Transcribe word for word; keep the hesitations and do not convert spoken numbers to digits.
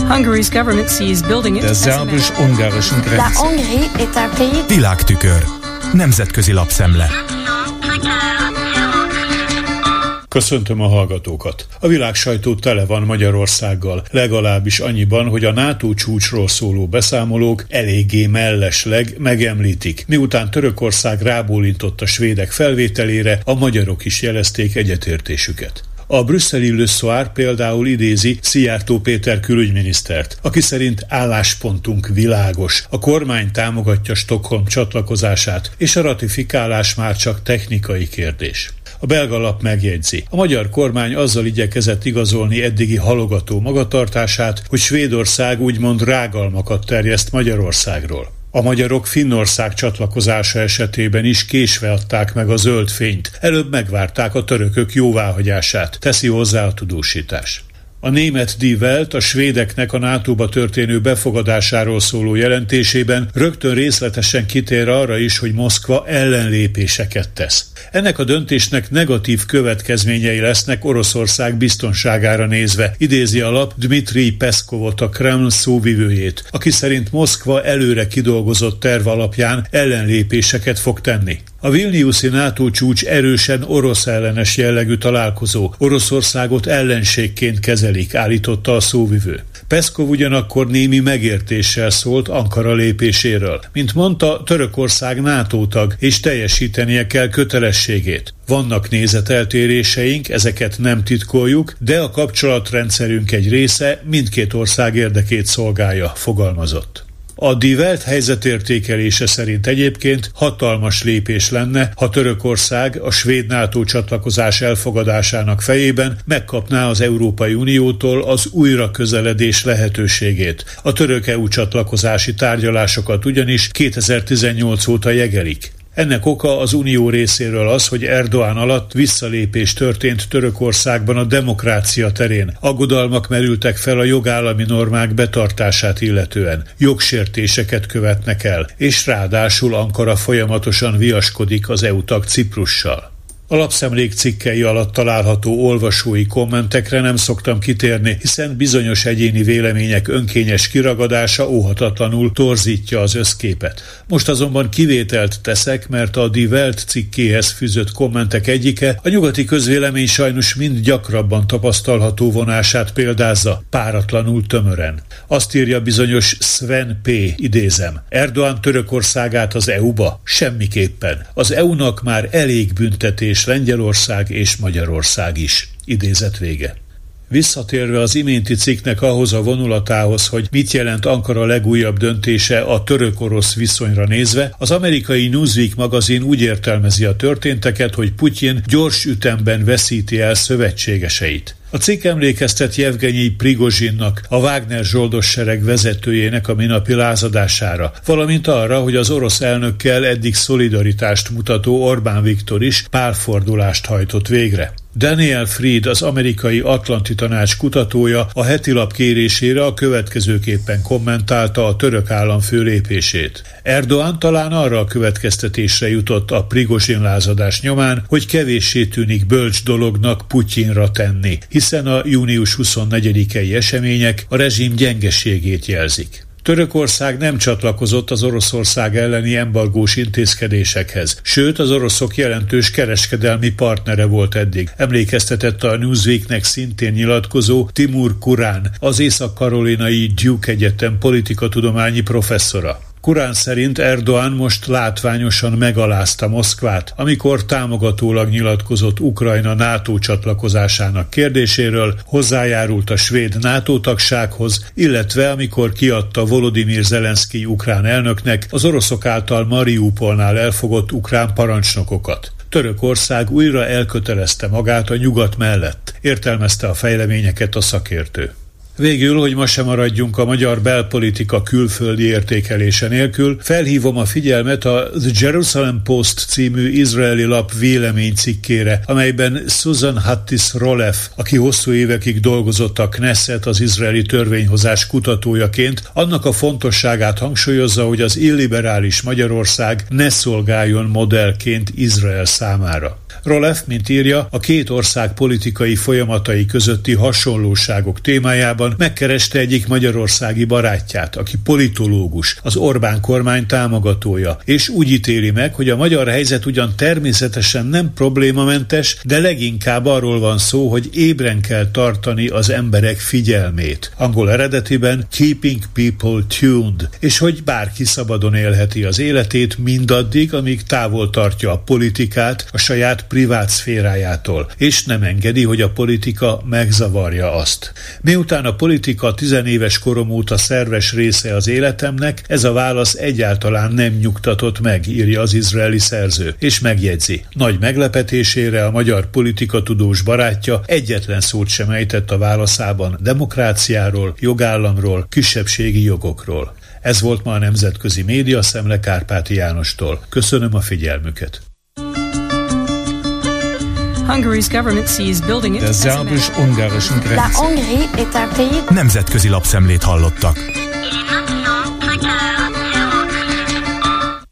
Hungary's government sees building der szerbus-ungarischen Grenze. La Hongrie est un pays. Világtükör. Nemzetközi lapszemle. Köszöntöm a hallgatókat. A világ sajtó tele van Magyarországgal, legalábbis annyiban, hogy a NATO csúcsról szóló beszámolók eléggé mellesleg megemlítik. Miután Törökország rábólintott a svédek felvételére, a magyarok is jelezték egyetértésüket. A brüsszeli Le Soir például idézi Szijjártó Péter külügyminisztert, aki szerint álláspontunk világos, a kormány támogatja Stockholm csatlakozását, és a ratifikálás már csak technikai kérdés. A belga lap megjegyzi, a magyar kormány azzal igyekezett igazolni eddigi halogató magatartását, hogy Svédország úgymond rágalmakat terjeszt Magyarországról. A magyarok Finnország csatlakozása esetében is késve adták meg a zöld fényt, előbb megvárták a törökök jóváhagyását, teszi hozzá a tudósítás. A német Die Welt a svédeknek a nátóba történő befogadásáról szóló jelentésében rögtön részletesen kitér arra is, hogy Moszkva ellenlépéseket tesz. Ennek a döntésnek negatív következményei lesznek Oroszország biztonságára nézve, idézi a lap Dmitrij Peszkovot, a Kreml szóvivőjét, aki szerint Moszkva előre kidolgozott terv alapján ellenlépéseket fog tenni. A Vilniuszi NATO csúcs erősen orosz ellenes jellegű találkozó, Oroszországot ellenségként kezelik, állította a szóvivő. Peszkov ugyanakkor némi megértéssel szólt Ankara lépéséről. Mint mondta, Törökország NATO tag, és teljesítenie kell kötelességét. Vannak nézeteltéréseink, ezeket nem titkoljuk, de a kapcsolatrendszerünk egy része mindkét ország érdekét szolgálja, fogalmazott. A Die Welt helyzetértékelése szerint egyébként hatalmas lépés lenne, ha Törökország a svéd NATO csatlakozás elfogadásának fejében megkapná az Európai Uniótól az újra közeledés lehetőségét. A török-é u csatlakozási tárgyalásokat ugyanis kétezer-tizennyolc óta jegelik. Ennek oka az Unió részéről az, hogy Erdoğan alatt visszalépés történt Törökországban a demokrácia terén. Aggodalmak merültek fel a jogállami normák betartását illetően. Jogsértéseket követnek el, és ráadásul Ankara folyamatosan viaskodik az é u tag Ciprussal. A lapszemlék cikkei alatt található olvasói kommentekre nem szoktam kitérni, hiszen bizonyos egyéni vélemények önkényes kiragadása óhatatlanul torzítja az összképet. Most azonban kivételt teszek, mert a Die Welt cikkéhez fűzött kommentek egyike a nyugati közvélemény sajnos mind gyakrabban tapasztalható vonását példázza, páratlanul tömören. Azt írja bizonyos Sven P. idézem. Erdoğan Törökországát az é u-ba? Semmiképpen. Az é u-nak már elég büntetés Lengyelország és Magyarország is. Idézet vége. Visszatérve az iménti cikknek ahhoz a vonulatához, hogy mit jelent Ankara legújabb döntése a török-orosz viszonyra nézve, az amerikai Newsweek magazin úgy értelmezi a történteket, hogy Putyin gyors ütemben veszíti el szövetségeseit. A cikk emlékeztet Jevgenyi Prigozsinnak, a Wagner zsoldos sereg vezetőjének a minapi lázadására, valamint arra, hogy az orosz elnökkel eddig szolidaritást mutató Orbán Viktor is párfordulást hajtott végre. Daniel Fried, az amerikai Atlanti Tanács kutatója a heti lap kérésére a következőképpen kommentálta a török állam főlépését. Erdoğan talán arra a következtetésre jutott a Prigozsin lázadás nyomán, hogy kevéssé tűnik bölcs dolognak Putyinra tenni, hiszen a június huszonnegyedikei események a rezsim gyengeségét jelzik. Törökország nem csatlakozott az Oroszország elleni embargós intézkedésekhez, sőt az oroszok jelentős kereskedelmi partnere volt eddig, emlékeztetett a Newsweeknek szintén nyilatkozó Timur Kuran, az észak-karolinai Duke Egyetem politikatudományi professzora. Kurán szerint Erdoğan most látványosan megalázta Moszkvát, amikor támogatólag nyilatkozott Ukrajna NATO csatlakozásának kérdéséről, hozzájárult a svéd NATO tagsághoz, illetve amikor kiadta Volodymyr Zelenszkij ukrán elnöknek az oroszok által Mariupolnál elfogott ukrán parancsnokokat. Törökország újra elkötelezte magát a nyugat mellett, értelmezte a fejleményeket a szakértő. Végül, hogy ma sem maradjunk a magyar belpolitika külföldi értékelése nélkül, felhívom a figyelmet a The Jerusalem Post című izraeli lap véleménycikkére, amelyben Susan Hattis Rolef, aki hosszú évekig dolgozott a Knesset, az izraeli törvényhozás kutatójaként, annak a fontosságát hangsúlyozza, hogy az illiberális Magyarország ne szolgáljon modellként Izrael számára. Rolef, mint írja, a két ország politikai folyamatai közötti hasonlóságok témájában megkereste egyik magyarországi barátját, aki politológus, az Orbán kormány támogatója, és úgy ítéli meg, hogy a magyar helyzet ugyan természetesen nem problémamentes, de leginkább arról van szó, hogy ébren kell tartani az emberek figyelmét. Angol eredetiben keeping people tuned, és hogy bárki szabadon élheti az életét mindaddig, amíg távol tartja a politikát a saját privát szférájától, és nem engedi, hogy a politika megzavarja azt. Miután a politika tizenéves korom óta szerves része az életemnek, ez a válasz egyáltalán nem nyugtatott meg, írja az izraeli szerző, és megjegyzi. Nagy meglepetésére a magyar politikatudós barátja egyetlen szót sem ejtett a válaszában demokráciáról, jogállamról, kisebbségi jogokról. Ez volt ma a Nemzetközi Média Szemle Kárpáti Jánostól. Köszönöm a figyelmüket. Hungary's government sees building it. Der szerbus-ungarischen Grenze. Nemzetközi lapszemlét hallottak.